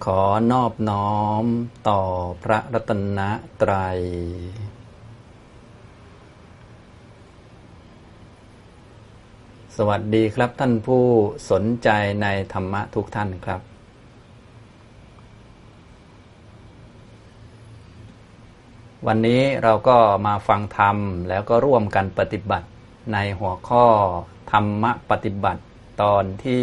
ขอนอบน้อมต่อพระรัตนตรัยสวัสดีครับท่านผู้สนใจในธรรมะทุกท่านครับวันนี้เราก็มาฟังธรรมแล้วก็ร่วมกันปฏิบัติในหัวข้อธรรมะปฏิบัติตอนที่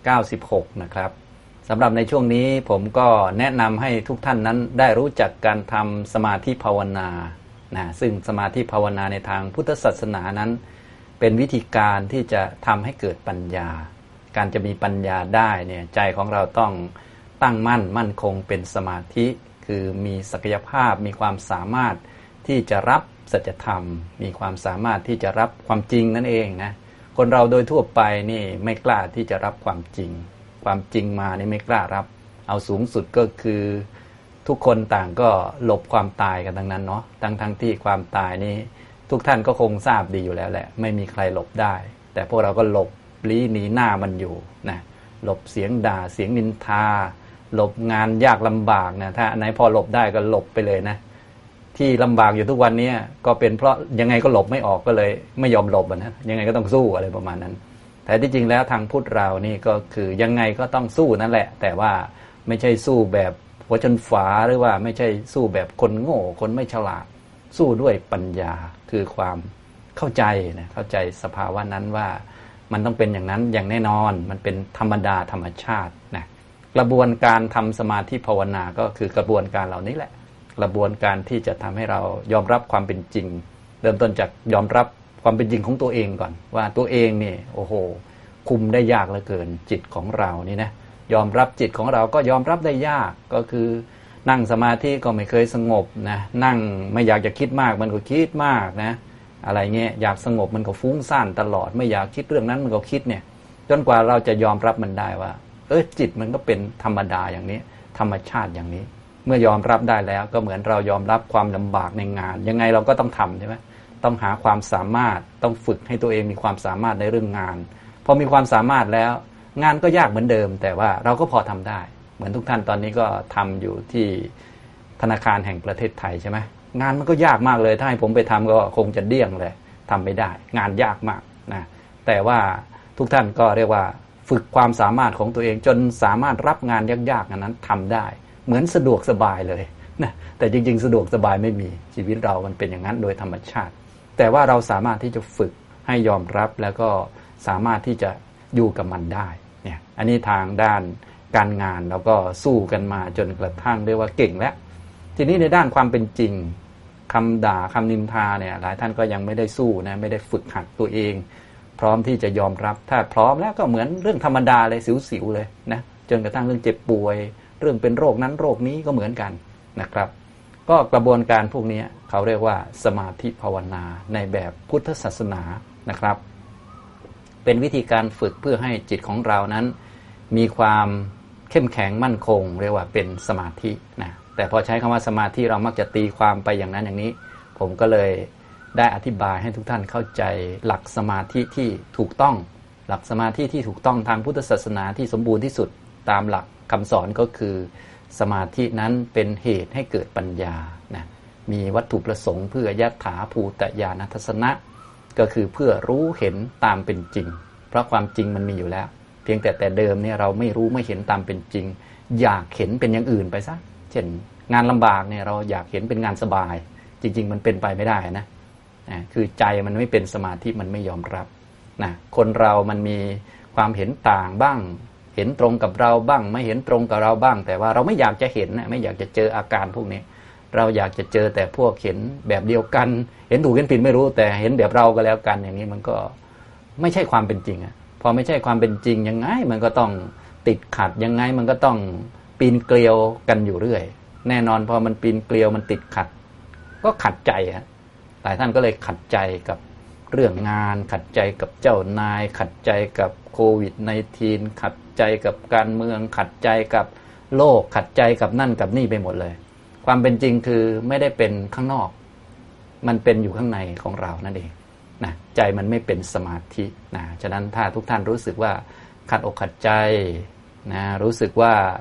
96นะครับสำหรับในช่วงนี้ผมก็แนะนำให้ทุกท่านนั้นได้รู้จักการทำสมาธิภาวนาซึ่งสมาธิภาวนาในทางพุทธศาสนานั้นเป็นวิธีการที่จะทำให้เกิดปัญญาการจะมีปัญญาได้เนี่ยใจของเราต้องตั้งมั่นคงเป็นสมาธิคือมีศักยภาพมีความสามารถที่จะรับสัจธรรมมีความสามารถที่จะรับความจริงนั่นเองนะคนเราโดยทั่วไปนี่ไม่กล้าที่จะรับความจริงมานี่ไม่กล้ารับเอาสูงสุดก็คือทุกคนต่างก็หลบความตายกันทั้งนั้นเนาะทั้งที่ความตายนี่ทุกท่านก็คงทราบดีอยู่แล้วแหละไม่มีใครหลบได้แต่พวกเราก็หลบลี้หนีหน้ามันอยู่นะหลบเสียงด่าเสียงนินทาหลบงานยากลำบากนะถ้าไหนพอหลบได้ก็หลบไปเลยนะที่ลำบากอยู่ทุกวันนี้ก็เป็นเพราะยังไงก็หลบไม่ออกก็เลยไม่ยอมหลบนะยังไงก็ต้องสู้อะไรประมาณนั้นแต่ที่จริงแล้วทางพุทธเรานี่ก็คือยังไงก็ต้องสู้นั่นแหละแต่ว่าไม่ใช่สู้แบบหัวชนฝาหรือว่าไม่ใช่สู้แบบคนโง่คนไม่ฉลาดสู้ด้วยปัญญาคือความเข้าใจนะเข้าใจสภาวะนั้นว่ามันต้องเป็นอย่างนั้นอย่างแน่นอนมันเป็นธรรมดาธรรมชาตินะกระบวนการทำสมาธิภาวนาก็คือกระบวนการเหล่านี้แหละกระบวนการที่จะทำให้เรายอมรับความเป็นจริงเริ่มต้นจากยอมรับความเป็นจริงของตัวเองก่อนว่าตัวเองนี่โอ้โหคุมได้ยากเหลือเกินจิตของเรานี่นะยอมรับจิตของเราก็ยอมรับได้ยากก็คือนั่งสมาธิก็ไม่เคยสงบนะนั่งไม่อยากจะคิดมากมันก็คิดมากนะอะไรเงี้ยอยากสงบมันก็ฟุ้งซ่านตลอดไม่อยากคิดเรื่องนั้นมันก็คิดเนี่ยจนกว่าเราจะยอมรับมันได้ว่าจิตมันก็เป็นธรรมดาอย่างนี้ธรรมชาติอย่างนี้เมื่อยอมรับได้แล้วก็เหมือนเรายอมรับความลำบากในงานยังไงเราก็ต้องทำใช่ไหมต้องหาความสามารถต้องฝึกให้ตัวเองมีความสามารถในเรื่องงานพอมีความสามารถแล้วงานก็ยากเหมือนเดิมแต่ว่าเราก็พอทำได้เหมือนทุกท่านตอนนี้ก็ทำอยู่ที่ธนาคารแห่งประเทศไทยใช่ไหมงานมันก็ยากมากเลยถ้าให้ผมไปทำก็คงจะเดี้ยงเลยทำไม่ได้งานยากมากนะแต่ว่าทุกท่านก็เรียกว่าฝึกความสามารถของตัวเองจนสามารถรับงานยากๆนั้นทำได้เหมือนสะดวกสบายเลยนะแต่จริงๆสะดวกสบายไม่มีชีวิตเรามันเป็นอย่างนั้นโดยธรรมชาติแต่ว่าเราสามารถที่จะฝึกให้ยอมรับแล้วก็สามารถที่จะอยู่กับมันได้เนี่ยอันนี้ทางด้านการงานเราก็สู้กันมาจนกระทั่งเรียกว่าเก่งแล้วทีนี้ในด้านความเป็นจริงคำด่าคำนินทาเนี่ยหลายท่านก็ยังไม่ได้สู้นะไม่ได้ฝึกหัดตัวเองพร้อมที่จะยอมรับถ้าพร้อมแล้วก็เหมือนเรื่องธรรมดาเลยสิวๆเลยนะจนกระทั่งเรื่องเจ็บป่วยเรื่องเป็นโรคนั้นโรคนี้ก็เหมือนกันนะครับก็กระบวนการพวกนี้เขาเรียกว่าสมาธิภาวนาในแบบพุทธศาสนานะครับเป็นวิธีการฝึกเพื่อให้จิตของเรานั้นมีความเข้มแข็งมั่นคงเรียกว่าเป็นสมาธินะแต่พอใช้คำว่าสมาธิเรามักจะตีความไปอย่างนั้นอย่างนี้ผมก็เลยได้อธิบายให้ทุกท่านเข้าใจหลักสมาธิที่ถูกต้องหลักสมาธิที่ถูกต้องทางพุทธศาสนาที่สมบูรณ์ที่สุดตามหลักคำสอนก็คือสมาธินั้นเป็นเหตุให้เกิดปัญญานะมีวัตถุประสงค์เพื่อยัตถาภูตญาณทัศนะก็คือเพื่อรู้เห็นตามเป็นจริงเพราะความจริงมันมีอยู่แล้วเพียงแต่เดิมเนี่ยเราไม่รู้ไม่เห็นตามเป็นจริงอยากเห็นเป็นอย่างอื่นไปซะเช่นงานลำบากเนี่ยเราอยากเห็นเป็นงานสบายจริงๆมันเป็นไปไม่ได้นะคือใจมันไม่เป็นสมาธิมันไม่ยอมรับนะคนเรามันมีความเห็นต่างบ้างเห็นตรงกับเราบ้างไม่เห็นตรงกับเราบ้างแต่ว่าเราไม่อยากจะเห็นไม่อยากจะเจออาการพวกนี้เราอยากจะเจอแต่พวกเห็นแบบเดียวกันเห็นถูกเห็นผิดไม่รู้แต่เห็นแบบเราก็แล้วกันอย่างนี้มันก็ไม่ใช่ความเป็นจริงพอไม่ใช่ความเป็นจริงยังไงมันก็ต้องติดขัดยังไงมันก็ต้องปีนเกลียวกันอยู่เรื่อยแน่นอนพอมันปีนเกลียวมันติดขัดก็ขัดใจหลายท่านก็เลยขัดใจกับเรื่องงานขัดใจกับเจ้านายขัดใจกับโควิด-19 ขัดใจกับการเมืองขัดใจกับโลกขัดใจกับนั่นกับนี่ไปหมดเลยความเป็นจริงคือไม่ได้เป็นข้างนอกมันเป็นอยู่ข้างในของเรานั่นเองนะใจมันไม่เป็นสมาธินะฉะนั้นถ้าทุกท่านรู้สึกว่าขัดอกขัดใจนะรู้สึกว่า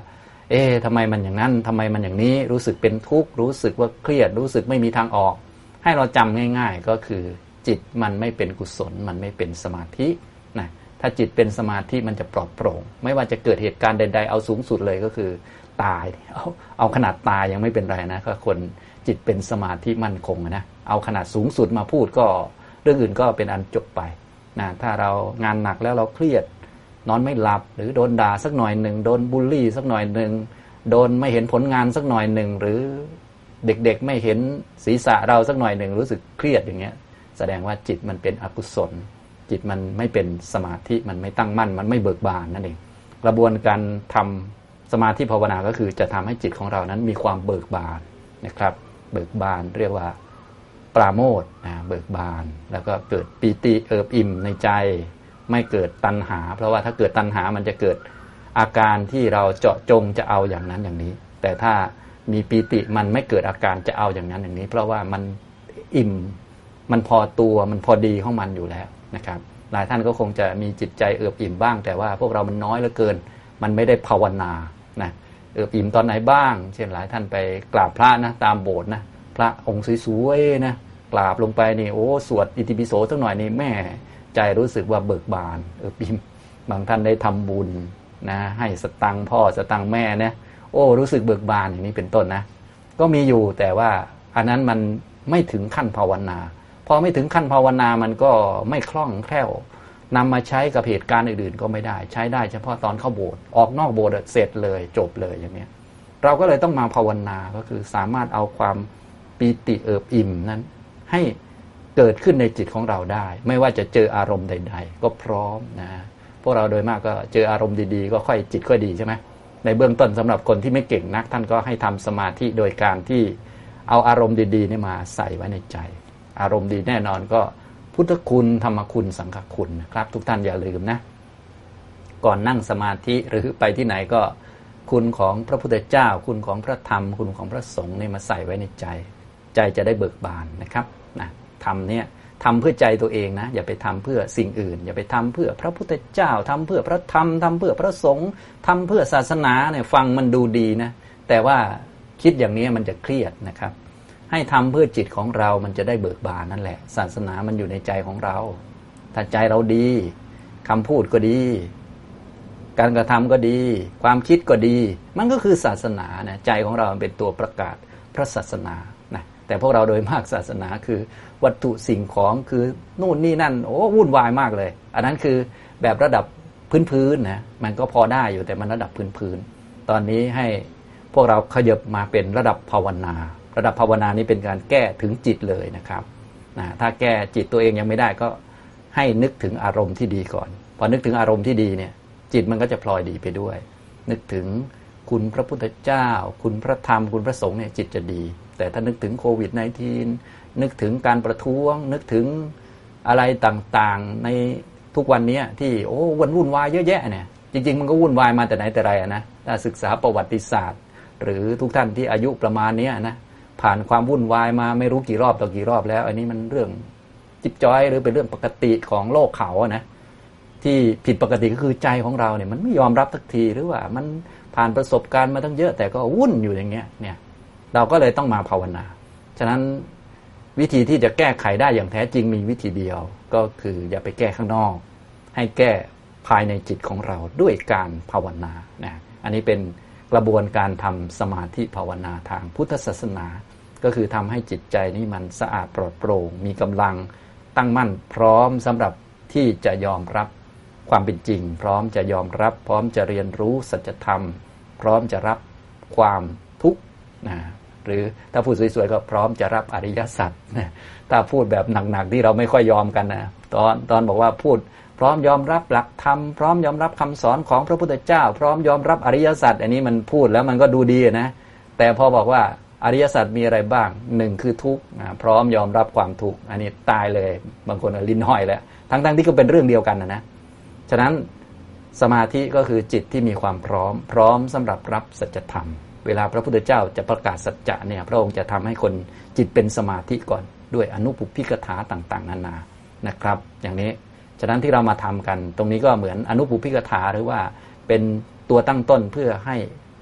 ทำไมมันอย่างนั้นทำไมมันอย่างนี้รู้สึกเป็นทุกข์รู้สึกว่าเครียดรู้สึกไม่มีทางออกให้เราจำง่ายๆก็คือจิตมันไม่เป็นกุศลมันไม่เป็นสมาธินะถ้าจิตเป็นสมาธิมันจะปลอดโปร่งไม่ว่าจะเกิดเหตุการณ์ใดๆเอาสูงสุดเลยก็คือตายเอาขนาดตายยังไม่เป็นไรนะก็คนจิตเป็นสมาธิมั่นคงนะเอาขนาดสูงสุดมาพูดก็เรื่องอื่นก็เป็นอันจบไปนะถ้าเรางานหนักแล้วเราเครียดนอนไม่หลับหรือโดนด่าสักหน่อยหนึ่งโดนบูลลี่สักหน่อยหนึ่งโดนไม่เห็นผลงานสักหน่อยหนึ่งหรือเด็กๆไม่เห็นศีรษะเราสักหน่อยหนึ่งรู้สึกเครียดอย่างเงี้ยแสดงว่าจิตมันเป็นอกุศลจิตมันไม่เป็นสมาธิมันไม่ตั้งมั่นมันไม่เบิกบานนั่นเองกระบวนการทำสมาธิภาวนาก็คือจะทำให้จิตของเรานั้นมีความเบิกบานนะครับเบิกบานเรียกว่าปราโมทย์เบิกบานแล้วก็เกิดปีติเอิบอิ่มในใจไม่เกิดตัณหาเพราะว่าถ้าเกิดตัณหามันจะเกิดอาการที่เราเจาะจงจะเอาอย่างนั้นอย่างนี้แต่ถ้ามีปีติมันไม่เกิดอาการจะเอาอย่างนั้นอย่างนี้เพราะว่ามันอิ่มมันพอตัวมันพอดีของมันอยู่แล้วนะครับหลายท่านก็คงจะมีจิตใจเอิบอิ่มบ้างแต่ว่าพวกเรามันน้อยเหลือเกินมันไม่ได้ภาวนานะเอิบอิ่มตอนไหนบ้างเช่นหลายท่านไปกราบพระนะตามโบสถ์นะพระองค์สวยๆนะกราบลงไปนี่โอ้สวดอิติปิโสสักหน่อยนี่แม่ใจรู้สึกว่าเบิกบานเอิบอิ่มบางท่านได้ทำบุญนะให้สตังค์พ่อสตังค์แม่นะโอ้รู้สึกเบิกบานอย่างนี้เป็นต้นนะก็มีอยู่แต่ว่าอันนั้นมันไม่ถึงขั้นภาวนาพอไม่ถึงขั้นภาวนามันก็ไม่คล่องแคล่วนำมาใช้กับเหตุการณ์อื่นๆก็ไม่ได้ใช้ได้เฉพาะตอนเข้าโบสถ์ออกนอกโบสถ์เสร็จเลยจบเลยอย่างนี้เราก็เลยต้องมาภาวนาก็คือสามารถเอาความปีติเอิบอิ่มนั้นให้เกิดขึ้นในจิตของเราได้ไม่ว่าจะเจออารมณ์ใดๆก็พร้อมนะพวกเราโดยมากก็เจออารมณ์ดีๆก็ค่อยจิตค่อยดีใช่ไหมในเบื้องต้นสำหรับคนที่ไม่เก่งนักท่านก็ให้ทำสมาธิโดยการที่เอาอารมณ์ดีๆนี่มาใส่ไว้ในใจอารมณ์ดีแน่นอนก็พุทธคุณธรรมคุณสังฆคุณนะครับทุกท่านอย่าลืมนะก่อนนั่งสมาธิหรือไปที่ไหนก็คุณของพระพุทธเจ้าคุณของพระธรรมคุณของพระสงฆ์นี่มาใส่ไว้ในใจใจจะได้เบิกบานนะครับนะทำเนี่ยทำเพื่อใจตัวเองนะอย่าไปทำเพื่อสิ่งอื่นอย่าไปทำเพื่อพระพุทธเจ้าทำเพื่อพระธรรมทำเพื่อพระสงฆ์ทำเพื่อศาสนาเนี่ยฟังมันดูดีนะแต่ว่าคิดอย่างนี้มันจะเครียดนะครับให้ทำเพื่อจิตของเรามันจะได้เบิกบานนั่นแหละศาสนามันอยู่ในใจของเราถ้าใจเราดีคำพูดก็ดีการกระทำก็ดีความคิดก็ดีมันก็คือศาสนานะใจของเราเป็นตัวประกาศพระศาสนานะแต่พวกเราโดยมากศาสนาคือวัตถุสิ่งของคือนู่นนี่นั่นโอ้วุ่นวายมากเลยอันนั้นคือแบบระดับพื้นๆนะมันก็พอได้อยู่แต่มันระดับพื้นๆตอนนี้ให้พวกเราขยับมาเป็นระดับภาวนาระดับภาวนานี้เป็นการแก้ถึงจิตเลยนะครับถ้าแก้จิตตัวเองยังไม่ได้ก็ให้นึกถึงอารมณ์ที่ดีก่อนพอนึกถึงอารมณ์ที่ดีเนี่ยจิตมันก็จะพลอยดีไปด้วยนึกถึงคุณพระพุทธเจ้าคุณพระธรรมคุณพระสงฆ์เนี่ยจิตจะดีแต่ถ้านึกถึงโควิด-19 นึกถึงการประท้วงนึกถึงอะไรต่างๆในทุกวันนี้ที่โอ้วุ่นวายเยอะแยะเนี่ยจริงๆมันก็วุ่นวายมาแต่ไหนแต่ไรนะถ้าศึกษาประวัติศาสตร์หรือทุกท่านที่อายุประมาณนี้นะผ่านความวุ่นวายมาไม่รู้กี่รอบต่อกี่รอบแล้วอันนี้มันเรื่องจิ๊บจ้อยหรือเป็นเรื่องปกติของโลกเขานะที่ผิดปกติก็คือใจของเราเนี่ยมันไม่ยอมรับสักทีหรือว่ามันผ่านประสบการณ์มาตั้งเยอะแต่ก็วุ่นอยู่อย่างเงี้ยเนี่ยเราก็เลยต้องมาภาวนาฉะนั้นวิธีที่จะแก้ไขได้อย่างแท้จริงมีวิธีเดียวก็คืออย่าไปแก้ข้างนอกให้แก้ภายในจิตของเราด้วยการภาวนานะอันนี้เป็นกระบวนการทำสมาธิภาวนาทางพุทธศาสนาก็คือทำให้จิตใจนี้มันสะอาดปลอดโปร่งมีกำลังตั้งมั่นพร้อมสำหรับที่จะยอมรับความเป็นจริงพร้อมจะยอมรับพร้อมจะเรียนรู้สัจธรรมพร้อมจะรับความทุกข์นะหรือถ้าพูดสวยๆก็พร้อมจะรับอริยสัจนะถ้าพูดแบบหนักๆที่เราไม่ค่อยยอมกันนะตอนบอกว่าพูดพร้อมยอมรับหลักธรรมพร้อมยอมรับคำสอนของพระพุทธเจ้าพร้อมยอมรับอริยสัจอันนี้มันพูดแล้วมันก็ดูดีนะแต่พอบอกว่าอริยสัจมีอะไรบ้างหนึ่งคือทุกข์พร้อมยอมรับความทุกข์อันนี้ตายเลยบางคนลิ้นห้อยแล้วทั้งที่ก็เป็นเรื่องเดียวกันนะฉะนั้นสมาธิก็คือจิตที่มีความพร้อมสำหรับรับสัจธรรมเวลาพระพุทธเจ้าจะประกาศสัจจะเนี่ยพระองค์จะทำให้คนจิตเป็นสมาธิก่อนด้วยอนุปุพพิกถาต่างๆนานานะครับอย่างนี้ฉะนั้นที่เรามาทำกันตรงนี้ก็เหมือนอนุปุพพิกถาหรือว่าเป็นตัวตั้งต้นเพื่อให้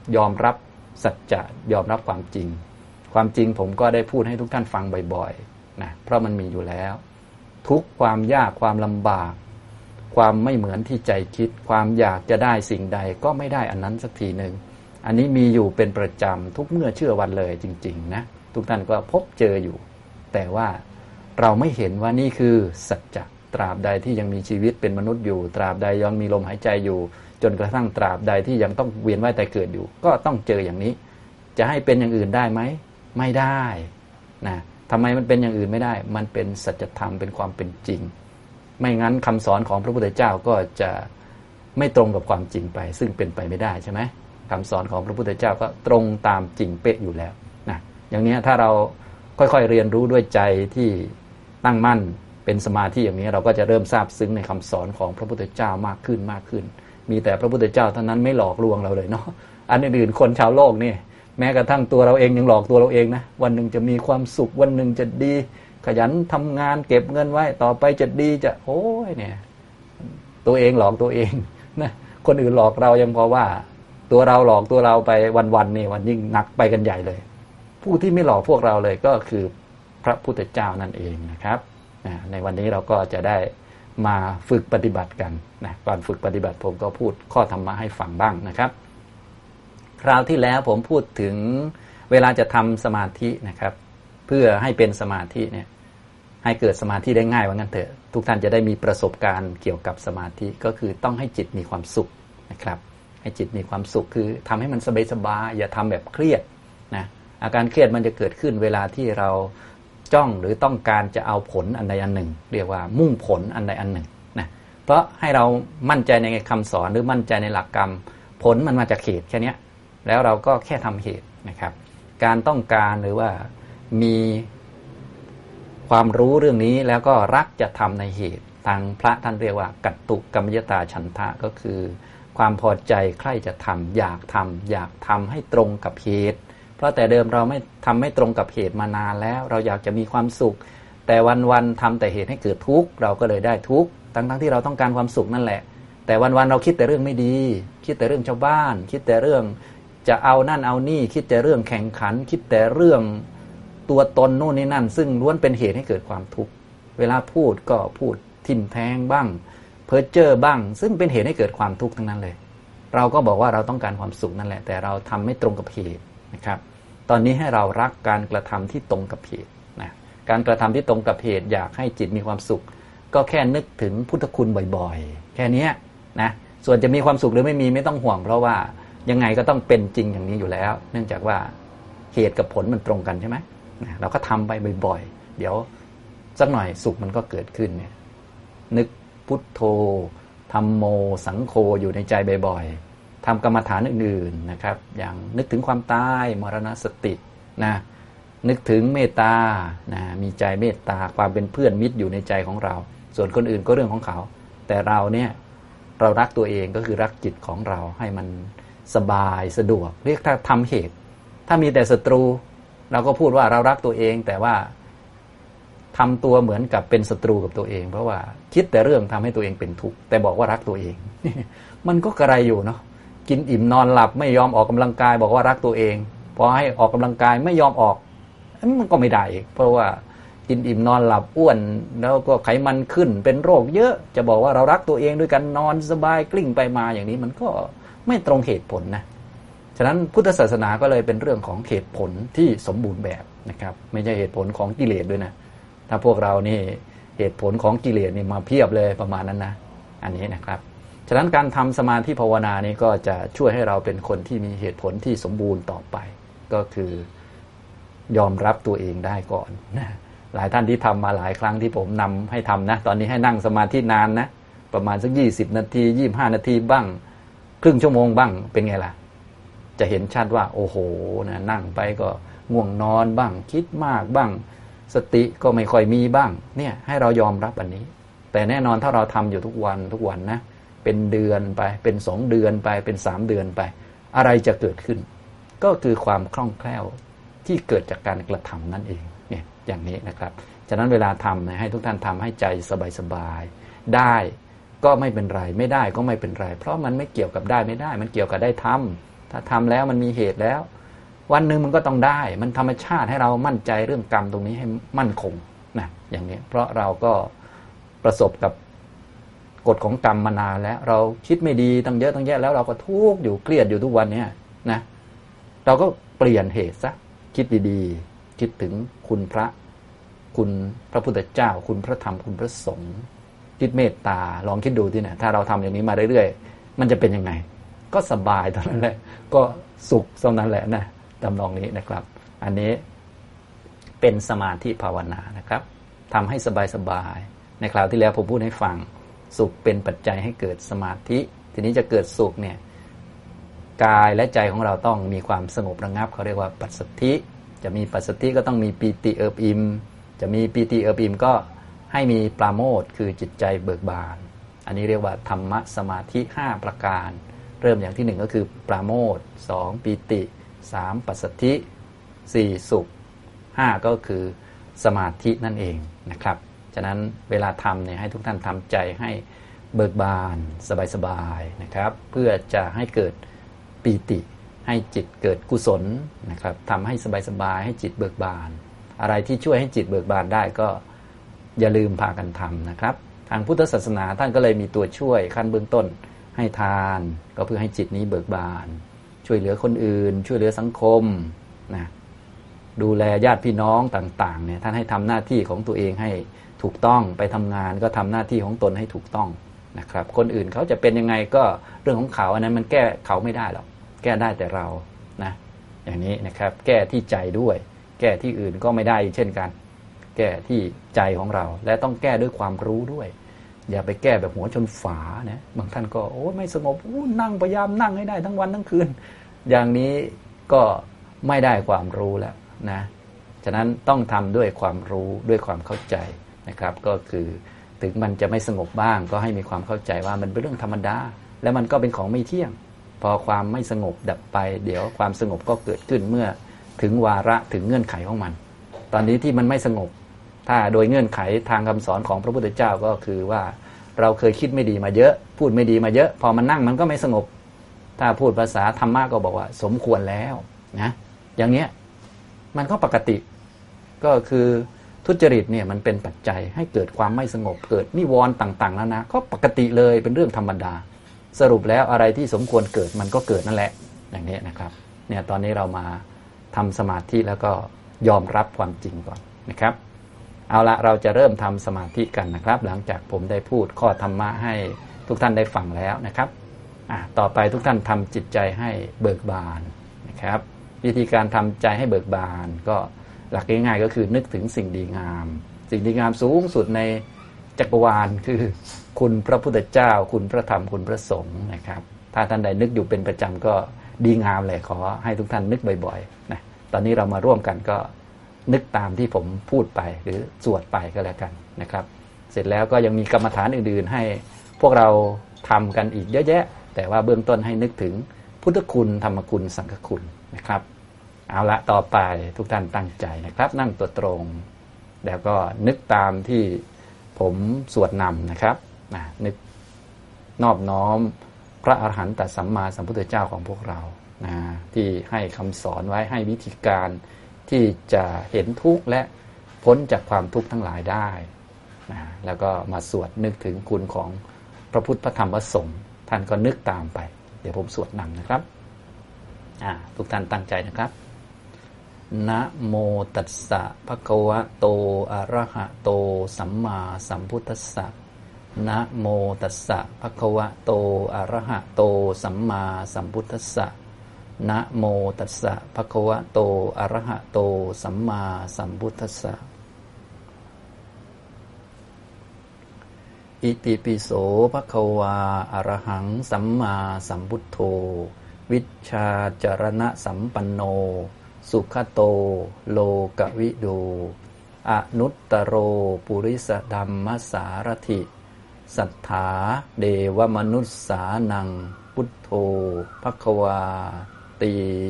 ยอมรับสัจจะยอมรับความจริงความจริงผมก็ได้พูดให้ทุกท่านฟังบ่อยๆนะเพราะมันมีอยู่แล้วทุกความยากความลำบากความไม่เหมือนที่ใจคิดความอยากจะได้สิ่งใดก็ไม่ได้อันนั้นสักทีหนึ่งอันนี้มีอยู่เป็นประจำทุกเมื่อเชื่อวันเลยจริงๆนะทุกท่านก็พบเจออยู่แต่ว่าเราไม่เห็นว่านี่คือสัจจะตราบใดที่ยังมีชีวิตเป็นมนุษย์อยู่ตราบใดยังมีลมหายใจอยู่จนกระทั่งตราบใดที่ยังต้องเวียนว่ายตายเกิดอยู่ก็ต้องเจออย่างนี้จะให้เป็นอย่างอื่นได้ไหมไม่ได้นะทำไมมันเป็นอย่างอื่นไม่ได้มันเป็นสัจธรรมเป็นความเป็นจริงไม่งั้นคำสอนของพระพุทธเจ้าก็จะไม่ตรงกับความจริงไปซึ่งเป็นไปไม่ได้ใช่ไหมคำสอนของพระพุทธเจ้าก็ตรงตามจริงเป๊ะอยู่แล้วนะอย่างนี้ถ้าเราค่อยๆเรียนรู้ด้วยใจที่ตั้งมั่นเป็นสมาธิอย่างนี้เราก็จะเริ่มทราบซึ้งในคำสอนของพระพุทธเจ้ามากขึ้นมากขึ้นมีแต่พระพุทธเจ้าเท่านั้นไม่หลอกลวงเราเลยเนาะอันอื่นๆคนชาวโลกนี่แม้กระทั่งตัวเราเองยังหลอกตัวเราเองนะวันหนึ่งจะมีความสุขวันหนึ่งจะดีขยันทำงานเก็บเงินไว้ต่อไปจะดีจะโอ้ยเนี่ยตัวเองหลอกตัวเองนะคนอื่นหลอกเรายังพอว่าตัวเราหลอกตัวเราไปวันๆนี่วันยิ่งหนักไปกันใหญ่เลยผู้ที่ไม่หลอกพวกเราเลยก็คือพระพุทธเจ้านั่นเองนะครับในวันนี้เราก็จะได้มาฝึกปฏิบัติกันนะก่อนฝึกปฏิบัติผมก็พูดข้อธรรมะให้ฟังบ้างนะครับคราวที่แล้วผมพูดถึงเวลาจะทำสมาธินะครับเพื่อให้เป็นสมาธิเนี่ยให้เกิดสมาธิได้ง่ายว่างั้นเถอะทุกท่านจะได้มีประสบการณ์เกี่ยวกับสมาธิก็คือต้องให้จิตมีความสุขนะครับให้จิตมีความสุขคือทำให้มันสบายๆอย่าทำแบบเครียดนะอาการเครียดมันจะเกิดขึ้นเวลาที่เราจ้องหรือต้องการจะเอาผลอันใดอันหนึ่งเรียกว่ามุ่งผลอันใดอันหนึ่งนะเพราะให้เรามั่นใจในคำสอนหรือมั่นใจในหลักกรรมผลมันมาจากเหตุแค่นี้แล้วเราก็แค่ทำเหตุนะครับการต้องการหรือว่ามีความรู้เรื่องนี้แล้วก็รักจะทำในเหตุทางพระท่านเรียกว่ากัตตุกรรมยตาฉันทะก็คือความพอใจใคร่จะทำอยากทำให้ตรงกับเหตุเพราะแต่เดิมเราไม่ตรงกับเหตุมานานแล้วเราอยากจะมีความสุขแต่วันๆทำแต่เหตุให้เกิดทุกข์เราก็เลยได้ทุกข์ทั้งที่เราต้องการความสุขนั่นแหละแต่วันๆเราคิดแต่เรื่องไม่ดีคิดแต่เรื่องชาวบ้านคิดแต่เรื่องจะเอานั่นเอานี่คิดแต่เรื่องแข่งขันคิดแต่เรื่องตัวตนโน่นนี่นั่นซึ่งล้วนเป็นเหตุให้เกิดความทุกข์เวลาพูดก็พูดทิ่มแทงบ้างเพ้อเจ้อบ้างซึ่งเป็นเหตุให้เกิดความทุกข์ทั้งนั้นเลยเราก็บอกว่าเราต้องการความสุขนั่นแหละแต่เราทำไม่ตรงกับเหตุนะครับตอนนี้ให้เรารักการกระทำที่ตรงกับเหตุนะการกระทำที่ตรงกับเหตุอยากให้จิตมีความสุขก็แค่นึกถึงพุทธคุณบ่อยๆแค่นี้นะส่วนจะมีความสุขหรือไม่มีไม่ต้องห่วงเพราะว่ายังไงก็ต้องเป็นจริงอย่างนี้อยู่แล้วเนื่องจากว่าเหตุกับผลมันตรงกันใช่ไหมเราก็ทำไปบ่อยๆเดี๋ยวสักหน่อยสุขมันก็เกิดขึ้นเนี่ยนึกพุทโธธัมโมสังโฆอยู่ในใจบ่อยๆทำกรรมฐานอื่นๆนะครับอย่างนึกถึงความตายมรณสตินะนึกถึงเมตตานะมีใจเมตตาความเป็นเพื่อนมิตรอยู่ในใจของเราส่วนคนอื่นก็เรื่องของเขาแต่เราเนี่ยเรารักตัวเองก็คือรักจิตของเราให้มันสบายสะดวกเรียกถ้าทำเหตุถ้ามีแต่ศัตรูเราก็พูดว่าเรารักตัวเองแต่ว่าทำตัวเหมือนกับเป็นศัตรูกับตัวเองเพราะว่าคิดแต่เรื่องทำให้ตัวเองเป็นทุกข์แต่บอกว่ารักตัวเอง มันก็กระไรอยู่เนาะกินอิ่มนอนหลับไม่ยอมออกกำลังกายบอกว่ารักตัวเองพอให้ออกกำลังกายไม่ยอมออกมันก็ไม่ได้อีกเพราะว่ากินอิ่มนอนหลับอ้วนแล้วก็ไขมันขึ้นเป็นโรคเยอะจะบอกว่าเรารักตัวเองด้วยกันนอนสบายกลิ้งไปมาอย่างนี้มันก็ไม่ตรงเหตุผลนะฉะนั้นพุทธศาสนาก็เลยเป็นเรื่องของเหตุผลที่สมบูรณ์แบบนะครับไม่ใช่เหตุผลของกิเลสด้วยนะถ้าพวกเรานี่เหตุผลของกิเลสนี่มาเพียบเลยประมาณนั้นนะอันนี้นะครับฉะนั้นการทำสมาธิภาวนานี้ก็จะช่วยให้เราเป็นคนที่มีเหตุผลที่สมบูรณ์ต่อไปก็คือยอมรับตัวเองได้ก่อนนะหลายท่านที่ทำมาหลายครั้งที่ผมนำให้ทำนะตอนนี้ให้นั่งสมาธินานนะประมาณสัก20 นาที25 นาทีบ้างครึ่งชั่วโมงบ้างเป็นไงล่ะจะเห็นชัดว่าโอ้โหนะนั่งไปก็ง่วงนอนบ้างคิดมากบ้างสติก็ไม่ค่อยมีบ้างเนี่ยให้เรายอมรับอันนี้แต่แน่นอนถ้าเราทำอยู่ทุกวันนะเป็นเดือนไปเป็น2 เดือนไปเป็น3 เดือนไปอะไรจะเกิดขึ้นก็คือความคล่องแคล่วที่เกิดจากการกระทำนั่นเองเนี่ยอย่างนี้นะครับฉะนั้นเวลาทำนะให้ทุกท่านทำให้ใจสบายๆได้ก็ไม่เป็นไรไม่ได้ก็ไม่เป็นไรเพราะมันไม่เกี่ยวกับได้ไม่ได้มันเกี่ยวกับได้ทำถ้าทำแล้วมันมีเหตุแล้ววันหนึ่งมันก็ต้องได้มันธรรมชาติให้เรามั่นใจเรื่องกรรมตรงนี้ให้มั่นคงนะอย่างนี้เพราะเราก็ประสบกับกฎของกรรมมานานแล้วเราคิดไม่ดีตั้งเยอะตั้งแยะแล้วเราก็ทุกข์อยู่เครียดอยู่ทุกวันนี้นะเราก็เปลี่ยนเหตุซะคิดดีๆคิดถึงคุณพระคุณพระพุทธเจ้าคุณพระธรรมคุณพระสงฆ์คิดเมตตาลองคิดดูที่เนี่ยถ้าเราทำอย่างนี้มาเรื่อยๆมันจะเป็นยังไงก็สบายตอนนั้นแหละก็สุขตอนนั้นแหละนะทำนองนี้นะครับอันนี้เป็นสมาธิภาวนานะครับทำให้สบายๆในคราวที่แล้วผมพูดให้ฟังสุขเป็นปัจจัยให้เกิดสมาธิทีนี้จะเกิดสุขเนี่ยกายและใจของเราต้องมีความสงบระงับเขาเรียกว่าปัสสัทธิจะมีปัสสัทธิก็ต้องมีปีติเอิบอิ่มจะมีปีติเอิบอิ่มก็ให้มีปราโมทย์คือจิตใจเบิกบานอันนี้เรียกว่าธรรมะสมาธิ5ประการเริ่มอย่างที่1ก็คือปราโมทย์2ปีติ3ปัสสัทธิ4สุข5ก็คือสมาธินั่นเองนะครับฉะนั้นเวลาทำเนี่ยให้ทุกท่านทำใจให้เบิกบานสบายๆนะครับเพื่อจะให้เกิดปีติให้จิตเกิดกุศลนะครับทำให้สบายๆให้จิตเบิกบานอะไรที่ช่วยให้จิตเบิกบานได้ก็อย่าลืมพากันทำนะครับทางพุทธศาสนาท่านก็เลยมีตัวช่วยขั้นเบื้องต้นให้ทานก็เพื่อให้จิตนี้เบิกบานช่วยเหลือคนอื่นช่วยเหลือสังคมนะดูแลญาติพี่น้องต่างๆเนี่ยท่านให้ทำหน้าที่ของตัวเองให้ถูกต้องไปทำงานก็ทำหน้าที่ของตนให้ถูกต้องนะครับคนอื่นเขาจะเป็นยังไงก็เรื่องของเขาอันนั้นมันแก้เขาไม่ได้หรอกแก้ได้แต่เรานะอย่างนี้นะครับแก้ที่ใจด้วยแก้ที่อื่นก็ไม่ได้เช่นกันแก้ที่ใจของเราและต้องแก้ด้วยความรู้ด้วยอย่าไปแก้แบบหัวชนฝานะบางท่านก็โอ้ไม่สงบนั่งพยายามนั่งให้ได้ทั้งวันทั้งคืนอย่างนี้ก็ไม่ได้ความรู้แล้วนะฉะนั้นต้องทำด้วยความรู้ด้วยความเข้าใจนะครับก็คือถึงมันจะไม่สงบบ้างก็ให้มีความเข้าใจว่ามันเป็นเรื่องธรรมดาและมันก็เป็นของไม่เที่ยงพอความไม่สงบดับไปเดี๋ยวความสงบก็เกิดขึ้นเมื่อถึงวาระถึงเงื่อนไขของมันตอนนี้ที่มันไม่สงบถ้าโดยเงื่อนไขทางคำสอนของพระพุทธเจ้าก็คือว่าเราเคยคิดไม่ดีมาเยอะพูดไม่ดีมาเยอะพอมันนั่งมันก็ไม่สงบถ้าพูดภาษาธรรมะก็บอกว่าสมควรแล้วนะอย่างเนี้ยมันก็ปกติก็คือทุจริตเนี่ยมันเป็นปัจจัยให้เกิดความไม่สงบเกิดนิวรณ์ต่างๆนะก็ปกติเลยเป็นเรื่องธรรมดาสรุปแล้วอะไรที่สมควรเกิดมันก็เกิดนั่นแหละอย่างนี้นะครับเนี่ยตอนนี้เรามาทำสมาธิแล้วก็ยอมรับความจริงก่อนนะครับเอาละเราจะเริ่มทำสมาธิกันนะครับหลังจากผมได้พูดข้อธรรมะให้ทุกท่านได้ฟังแล้วนะครับต่อไปทุกท่านทำจิตใจให้เบิกบานนะครับวิธีการทำใจให้เบิกบานก็หลักง่ายๆก็คือนึกถึงสิ่งดีงามสิ่งดีงามสูงสุดในจักรวาลคือคุณพระพุทธเจ้าคุณพระธรรมคุณพระสงฆ์นะครับถ้าท่านใดนึกอยู่เป็นประจำก็ดีงามเลยขอให้ทุกท่านนึกบ่อยๆนะตอนนี้เรามาร่วมกันก็นึกตามที่ผมพูดไปหรือสวดไปก็แล้วกันนะครับเสร็จแล้วก็ยังมีกรรมฐานอื่นๆให้พวกเราทำกันอีกเยอะแยะแต่ว่าเบื้องต้นให้นึกถึงพุทธคุณธรรมคุณสังฆคุณนะครับเอาละต่อไปทุกท่านตั้งใจนะครับนั่งตัวตรงแล้วก็นึกตามที่ผมสวดนำนะครับนึกนอบน้อมพระอรหันตสัมมาสัมพุทธเจ้าของพวกเราที่ให้คำสอนไว้ให้วิธีการที่จะเห็นทุกข์และพ้นจากความทุกข์ทั้งหลายได้แล้วก็มาสวดนึกถึงคุณของพระพุทธพระธรรมพระสงฆ์ท่านก็นึกตามไปเดี๋ยวผมสวดนำนะครับทุกท่านตั้งใจนะครับนะโมตัสสะภะคะวะโตอะระหะโตสัมมาสัมพุทธัสสะนะโมตัสสะภะคะวะโตอะระหะโตสัมมาสัมพุทธัสสะนะโมตัสสะภะคะวะโตอะระหะโตสัมมาสัมพุทธัสสะอิติปิโสภะคะวาอะระหังสัมมาสัมพุทโธวิชชาจรณะสัมปันโนสุขโตโลกวิดูอนุตตโรปุริสธัมมสารถิสัทธาเดวมนุสสานังพุทโธภควาติ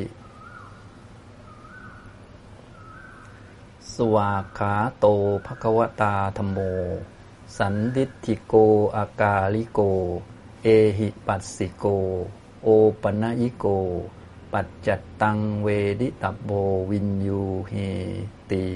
สวากขาโตภควตาธัมโมสันทิฏฐิโกอากาลิโกเอหิปัสสิโกโอปนยิโกปัจจัตตังเวดิตโบวินยูเฮติ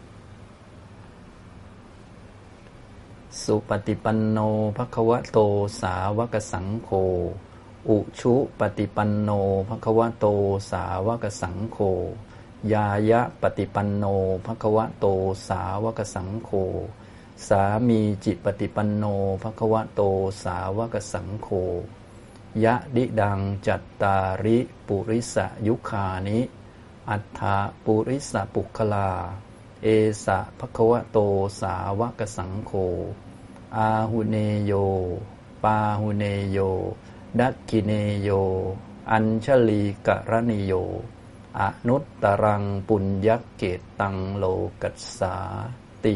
สุปฏิปันโนภควโตสาวกสังโฆอุชุปฏิปันโนภควโตสาวกสังโฆยายะปฏิปันโนภควโตสาวกสังโฆสามีจิปฏิปันโนภควโตสาวกสังโฆยะดิดังจัตตาริปุริสยุคานิอัฏฐปุริสปุคคลาเอสะภควโตสาวกสังโฆอาหุเนโยปาหุเนโยดักขิเนโยอัญชลีกรณิโยอนุตตรังปุญญเกตังโลกัสสาติ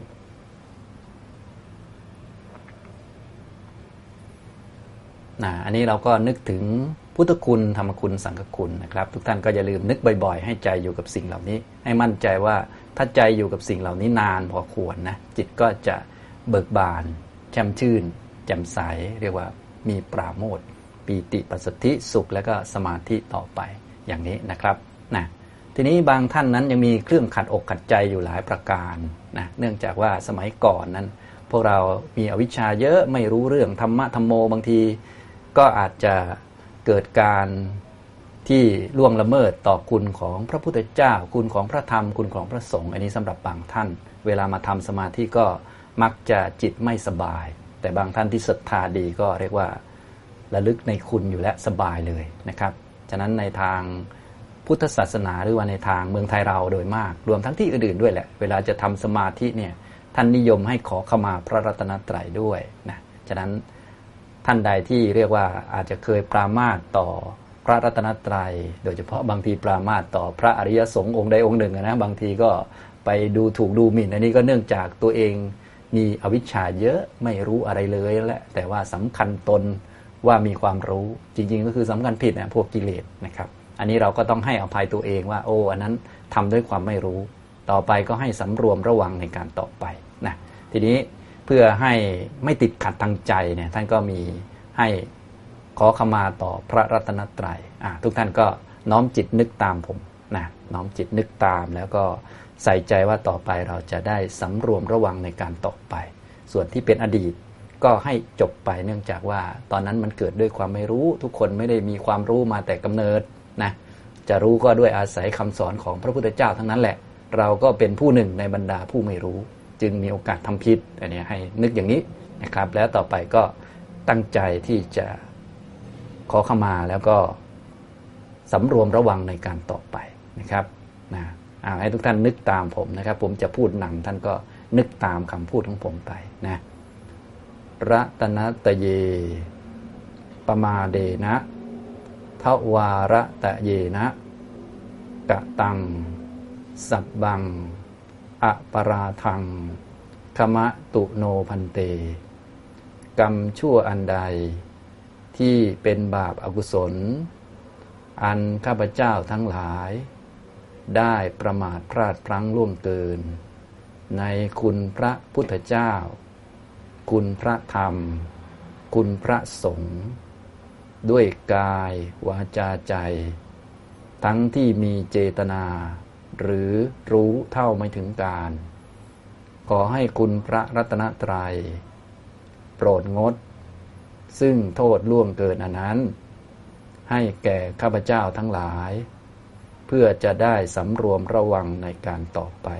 อันนี้เราก็นึกถึงพุทธคุณธรรมคุณสังฆคุณนะครับทุกท่านก็อย่าลืมนึกบ่อยๆให้ใจอยู่กับสิ่งเหล่านี้ให้มั่นใจว่าถ้าใจอยู่กับสิ่งเหล่านี้นานพอควรนะจิตก็จะเบิกบานแช่มชื่นแจ่มใสเรียกว่ามีปราโมทย์ปีติปัสสัทธิสุขและก็สมาธิต่อไปอย่างนี้นะครับทีนี้บางท่านนั้นยังมีเครื่องขัดอกขัดใจอยู่หลายประการนะเนื่องจากว่าสมัยก่อนนั้นพวกเรามีอวิชชาเยอะไม่รู้เรื่องธรรมะธรรมโมบางทีก็อาจจะเกิดการที่ล่วงละเมิดต่อคุณของพระพุทธเจ้าคุณของพระธรรมคุณของพระสงฆ์อันนี้สำหรับบางท่านเวลามาทำสมาธิก็มักจะจิตไม่สบายแต่บางท่านที่ศรัทธาดีก็เรียกว่าระลึกในคุณอยู่และสบายเลยนะครับฉะนั้นในทางพุทธศาสนาหรือว่าในทางเมืองไทยเราโดยมากรวมทั้งที่อื่นๆด้วยแหละเวลาจะทำสมาธิเนี่ยท่านนิยมให้ขอขมาพระรัตนตรัยด้วยนะฉะนั้นท่านใดที่เรียกว่าอาจจะเคยปรามาสต่อพระรัตนตรัยโดยเฉพาะบางทีปรามาสต่อพระอริยสงฆ์องค์ใดองค์หนึ่งนะบางทีก็ไปดูถูกดูหมิ่นอันนี้ก็เนื่องจากตัวเองมีอวิชชาเยอะไม่รู้อะไรเลยแหละแต่ว่าสำคัญตนว่ามีความรู้จริงๆก็คือสำคัญผิดนะพวกกิเลสนะครับอันนี้เราก็ต้องให้อภัยตัวเองว่าอันนั้นทำด้วยความไม่รู้ต่อไปก็ให้สำรวมระวังในการต่อไปนะทีนี้เพื่อให้ไม่ติดขัดทางใจเนี่ยท่านก็มีให้ขอขมาต่อพระรัตนตรัยทุกท่านก็น้อมจิตนึกตามผมนะน้อมจิตนึกตามแล้วก็ใส่ใจว่าต่อไปเราจะได้สำรวมระวังในการต่อไปส่วนที่เป็นอดีตก็ให้จบไปเนื่องจากว่าตอนนั้นมันเกิดด้วยความไม่รู้ทุกคนไม่ได้มีความรู้มาแต่กำเนิดนะจะรู้ก็ด้วยอาศัยคำสอนของพระพุทธเจ้าทั้งนั้นแหละเราก็เป็นผู้หนึ่งในบรรดาผู้ไม่รู้จึงมีโอกาสทำผิดอันนี้ให้นึกอย่างนี้นะครับแล้วต่อไปก็ตั้งใจที่จะขอขมาแล้วก็สำรวมระวังในการต่อไปนะครับให้ทุกท่านนึกตามผมนะครับผมจะพูดนำท่านก็นึกตามคำพูดของผมไปนะรัตนตเยปมาเดนะทวาระตะเยนะกะตังสับบังอปราทังขมะตุโนพันเตกรรมชั่วอันใดที่เป็นบาปอกุศลอันข้าพเจ้าทั้งหลายได้ประมาทพลาดพลั้งล่วงเกินในคุณพระพุทธเจ้าคุณพระธรรมคุณพระสงฆ์ด้วยกายวาจาใจทั้งที่มีเจตนาหรือรู้เท่าไม่ถึงการขอให้คุณพระรัตนตรัยโปรดงดซึ่งโทษล่วงเกินอันนั้นให้แก่ข้าพเจ้าทั้งหลายเพื่อจะได้สำรวมระวังในการต่อไป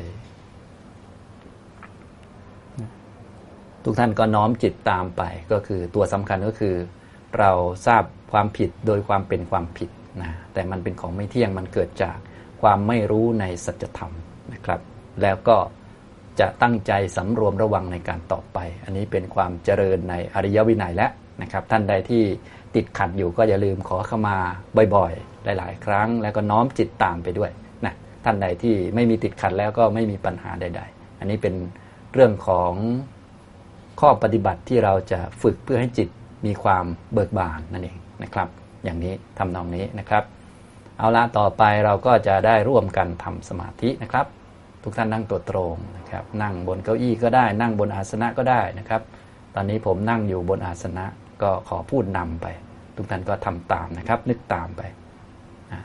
ทุกท่านก็น้อมจิตตามไปก็คือตัวสำคัญก็คือเราทราบความผิดโดยความเป็นความผิดนะแต่มันเป็นของไม่เที่ยงมันเกิดจากความไม่รู้ในสัจธรรมนะครับแล้วก็จะตั้งใจสำรวมระวังในการต่อไปอันนี้เป็นความเจริญในอริยวินัยแล้วนะครับท่านใดที่ติดขัดอยู่ก็อย่าลืมขอเข้ามาบ่อยๆหลายๆครั้งแล้วก็น้อมจิตตามไปด้วยนะท่านใดที่ไม่มีติดขัดแล้วก็ไม่มีปัญหาใดๆอันนี้เป็นเรื่องของข้อปฏิบัติที่เราจะฝึกเพื่อให้จิตมีความเบิกบานนั่นเองนะครับอย่างนี้ทำนองนี้นะครับเอาละต่อไปเราก็จะได้ร่วมกันทำสมาธินะครับทุกท่านนั่งตัวตรงนะครับนั่งบนเก้าอี้ก็ได้นั่งบนอาสนะก็ได้นะครับตอนนี้ผมนั่งอยู่บนอาสนะก็ขอพูดนำไปทุกท่านก็ทำตามนะครับนึกตามไป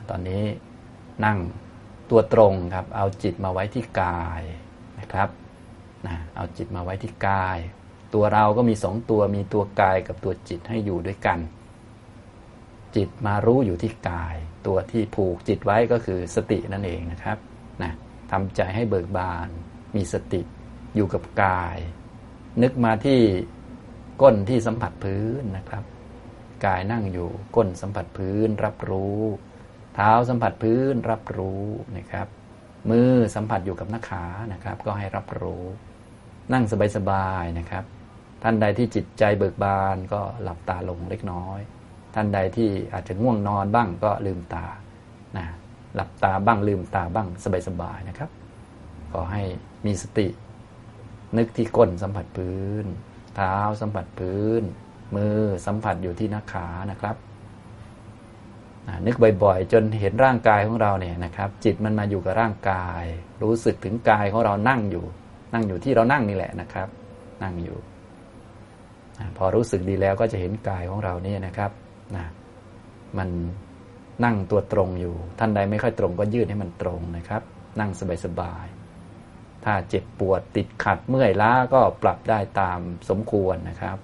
ตอนนี้นั่งตัวตรงครับเอาจิตมาไว้ที่กายนะครับเอาจิตมาไว้ที่กายตัวเราก็มี2ตัวมีตัวกายกับตัวจิตให้อยู่ด้วยกันจิตมารู้อยู่ที่กายตัวที่ผูกจิตไว้ก็คือสตินั่นเองนะครับทำใจให้เบิกบานมีสติอยู่กับกายนึกมาที่ก้นที่สัมผัสพื้นนะครับกายนั่งอยู่ก้นสัมผัสพื้นรับรู้เท้าสัมผัสพื้นรับรู้นะครับมือสัมผัสอยู่กับหน้าขานะครับก็ให้รับรู้นั่งสบายๆนะครับท่านใดที่จิตใจเบิกบานก็หลับตาลงเล็กน้อยท่านใดที่อาจจะง่วงนอนบ้างก็ลืมตาหลับตาบ้างลืมตาบ้างสบายๆนะครับขอให้มีสตินึกที่ก้นสัมผัสพื้นเท้าสัมผัสพื้นมือสัมผัสอยู่ที่หน้าขานะครับนึกบ่อยๆจนเห็นร่างกายของเราเนี่ยนะครับจิตมันมาอยู่กับร่างกายรู้สึกถึงกายของเรานั่งอยู่ที่เรานั่งนี่แหละนะครับนั่งอยู่พอรู้สึกดีแล้วก็จะเห็นกายของเราเนี่ยนะครับมันนั่งตัวตรงอยู่ท่านใดไม่ค่อยตรงก็ยืดให้มันตรงนะครับนั่งสบายๆถ้าเจ็บปวดติดขัดเมื่อยล้าก็ปรับได้ตามสมควรนะครับ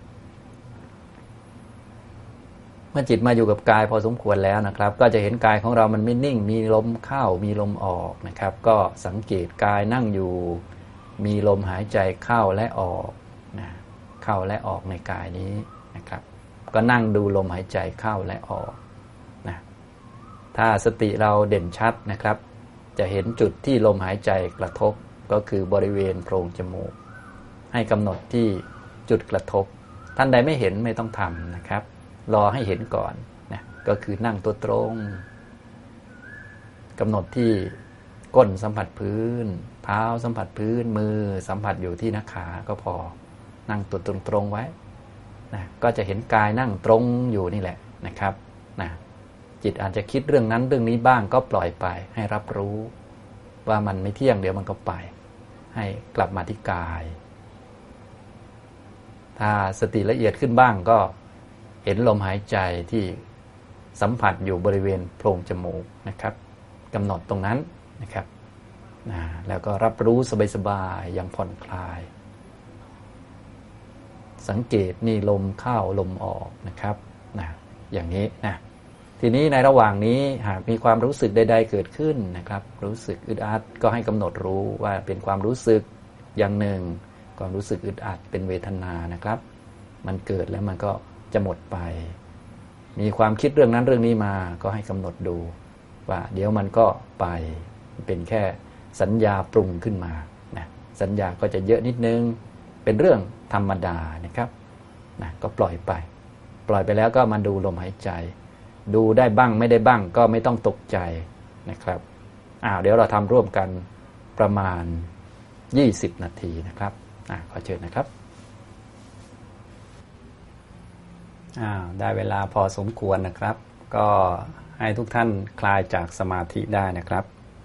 เมื่อจิตมาอยู่กับกายพอสมควรแล้วนะครับก็จะเห็นกายของเรามันไม่นิ่งมีลมเข้ามีลมออกนะครับก็สังเกตกายนั่งอยู่มีลมหายใจเข้าและออกเข้าและออกในกายนี้นะครับก็นั่งดูลมหายใจเข้าและออกถ้าสติเราเด่นชัดนะครับจะเห็นจุดที่ลมหายใจกระทบก็คือบริเวณโพรงจมูกให้กำหนดที่จุดกระทบท่านใดไม่เห็นไม่ต้องทำนะครับรอให้เห็นก่อนก็คือนั่งตัวตรงกำหนดที่ก้นสัมผัสพื้นเท้าสัมผัสพื้นมือสัมผัสอยู่ที่หน้าขาก็พอนั่งตัวตรงๆไว้ก็จะเห็นกายนั่งตรงอยู่นี่แหละนะครับจิตอาจจะคิดเรื่องนั้นเรื่องนี้บ้างก็ปล่อยไปให้รับรู้ว่ามันไม่เที่ยงเดี๋ยวมันก็ไปให้กลับมาที่กายถ้าสติละเอียดขึ้นบ้างก็เห็นลมหายใจที่สัมผัสอยู่บริเวณโพรงจมูกนะครับกำหนดตรงนั้นนะครับแล้วก็รับรู้สบายๆอย่างผ่อนคลายสังเกตนี่ลมเข้าลมออกนะครับอย่างนี้ทีนี้ในระหว่างนี้หากมีความรู้สึกใดๆเกิดขึ้นนะครับรู้สึกอึดอัดก็ให้กำหนดรู้ว่าเป็นความรู้สึกอย่างหนึ่งความรู้สึกอึดอัดเป็นเวทนานะครับมันเกิดแล้วมันก็จะหมดไปมีความคิดเรื่องนั้นเรื่องนี้มาก็ให้กำหนดดูว่าเดี๋ยวมันก็ไปเป็นแค่สัญญาปรุงขึ้นมาสัญญาก็จะเยอะนิดนึงเป็นเรื่องธรรมดานะครับก็ปล่อยไปแล้วก็มาดูลมหายใจดูได้บ้างไม่ได้บ้างก็ไม่ต้องตกใจนะครับเดี๋ยวเราทำร่วมกันประมาณ20นาทีนะครับขอเชิญนะครับได้เวลาพอสมควรนะครับก็ให้ทุกท่านคลายจากสมาธิได้นะครับ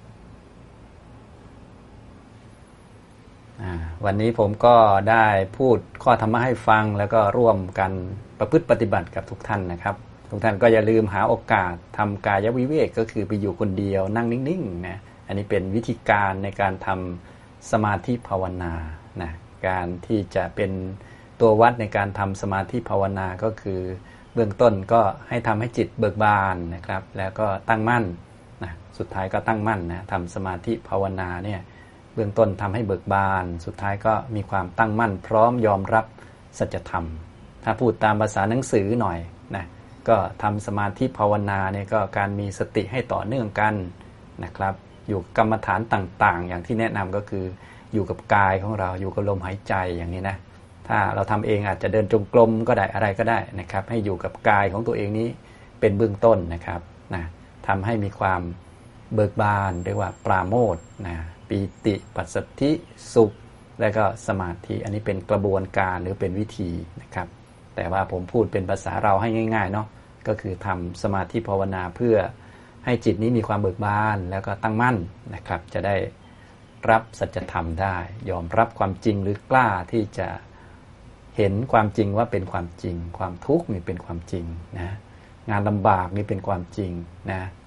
วันนี้ผมก็ได้พูดข้อธรรมะให้ฟังแล้วก็ร่วมกันประพฤติปฏิบัติกับทุกท่านนะครับทุกท่านก็อย่าลืมหาโอกาสทำกายวิเวกก็คือไปอยู่คนเดียวนั่งนิ่งๆอันนี้เป็นวิธีการในการทำสมาธิภาวนาการที่จะเป็นตัววัดในการทำสมาธิภาวนาก็คือเบื้องต้นก็ให้ทำให้จิตเบิกบานนะครับแล้วก็ตั้งมั่นสุดท้ายก็ตั้งมั่นทำสมาธิภาวนาเนี่ยเบื้องต้นทำให้เบิกบานสุดท้ายก็มีความตั้งมั่นพร้อมยอมรับสัจธรรมถ้าพูดตามภาษาหนังสือหน่อยก็ทำสมาธิภาวนาเนี่ยก็การมีสติให้ต่อเนื่องกันนะครับอยู่กรรมฐานต่างๆอย่างที่แนะนำก็คืออยู่กับกายของเราอยู่กับลมหายใจอย่างนี้ถ้าเราทำเองอาจจะเดินจงกรมก็ได้อะไรก็ได้นะครับให้อยู่กับกายของตัวเองนี้เป็นเบื้องต้นนะครับทำให้มีความเบิกบานเรียกว่าปราโมทย์ปีติปัสสัทธิสุขและก็สมาธิอันนี้เป็นกระบวนการหรือเป็นวิธีนะครับแต่ว่าผมพูดเป็นภาษาเราให้ง่ายๆเนาะก็คือทำสมาธิภาวนาเพื่อให้จิตนี้มีความเบิกบานแล้วก็ตั้งมั่นนะครับจะได้รับสัจธรรมได้ยอมรับความจริงหรือกล้าที่จะเห็นความจริงว่าเป็นความจริงความทุกข์นี่เป็นความจริงงานลำบากนี่เป็นความจริง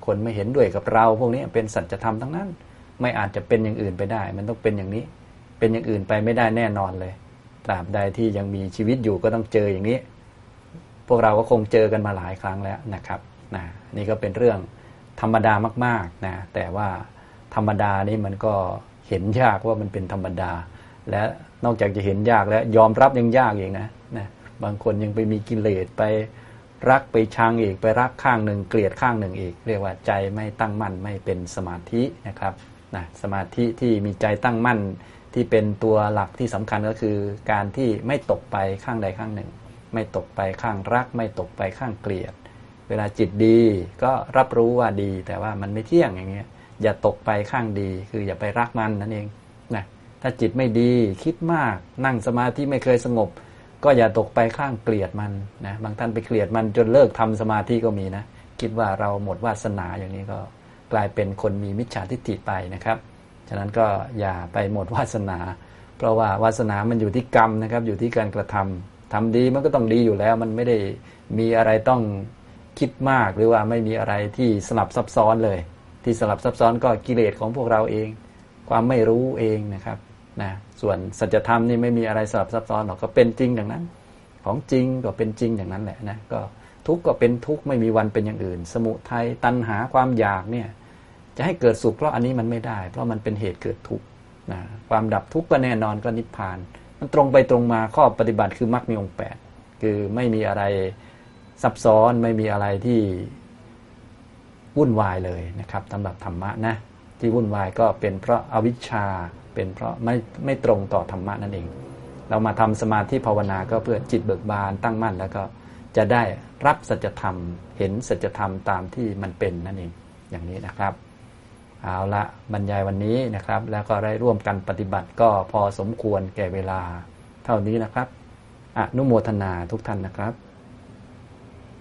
คนไม่เห็นด้วยกับเราพวกนี้เป็นสัจธรรมทั้งนั้นไม่อาจจะเป็นอย่างอื่นไปได้มันต้องเป็นอย่างนี้เป็นอย่างอื่นไปไม่ได้แน่นอนเลยตราบใดที่ยังมีชีวิตอยู่ก็ต้องเจออย่างนี้พวกเราก็คงเจอกันมาหลายครั้งแล้วนะครับนี่ก็เป็นเรื่องธรรมดามากๆนะแต่ว่าธรรมดานี่มันก็เห็นยากว่ามันเป็นธรรมดาและนอกจากจะเห็นยากแล้วยอมรับยังยากอีกนะบางคนยังไปมีกิเลสไปรักไปชังอีกไปรักข้างหนึ่งเกลียดข้างหนึ่งอีกเรียกว่าใจไม่ตั้งมั่นไม่เป็นสมาธินะครับสมาธิที่มีใจตั้งมั่นที่เป็นตัวหลักที่สำคัญก็คือการที่ไม่ตกไปข้างใดข้างหนึ่งไม่ตกไปข้างรักไม่ตกไปข้างเกลียดเวลาจิตดีก็รับรู้ว่าดีแต่ว่ามันไม่เที่ยงอย่างเงี้ยอย่าตกไปข้างดีคืออย่าไปรักมันนั่นเองถ้าจิตไม่ดีคิดมากนั่งสมาธิไม่เคยสงบก็อย่าตกไปข้างเกลียดมันบางท่านไปเกลียดมันจนเลิกทำสมาธิก็มีนะคิดว่าเราหมดวาสนาอย่างนี้ก็กลายเป็นคนมีมิจฉาทิฏฐิไปนะครับฉะนั้นก็อย่าไปหมดวาสนาเพราะว่าวาสนามันอยู่ที่กรรมนะครับอยู่ที่การกระทำทำดีมันก็ต้องดีอยู่แล้วมันไม่ได้มีอะไรต้องคิดมากหรือว่าไม่มีอะไรที่สลับซับซ้อนเลยที่สลับซับซ้อนก็กิเลสของพวกเราเองความไม่รู้เองนะครับส่วนสัจธรรมนี่ไม่มีอะไรสลับซับซ้อนหรอกก็เป็นจริงอย่างนั้นของจริงก็เป็นจริงอย่างนั้นแหละก็ทุกข์ก็เป็นทุกข์ไม่มีวันเป็นอย่างอื่นสมุทัยตัณหาความอยากเนี่ยจะให้เกิดสุขเพราะอันนี้มันไม่ได้เพราะมันเป็นเหตุเกิดทุกข์ความดับทุกข์ก็แน่นอนก็นิพพานมันตรงไปตรงมาข้อปฏิบัติคือมรรคมีองค์8คือไม่มีอะไรซับซ้อนไม่มีอะไรที่วุ่นวายเลยนะครับสำหรับธรรมะที่วุ่นวายก็เป็นเพราะอวิชชาเป็นเพราะไม่ตรงต่อธรรมะนั่นเองเรามาทำสมาธิภาวนาก็เพื่อจิตเบิกบานตั้งมั่นแล้วก็จะได้รับสัจธรรมเห็นสัจธรรมตามที่มันเป็นนั่นเองอย่างนี้นะครับเอาละบรรยายวันนี้นะครับแล้วก็ได้ร่วมกันปฏิบัติก็พอสมควรแก่เวลาเท่านี้นะครับอนุโมทนาทุกท่านนะครับ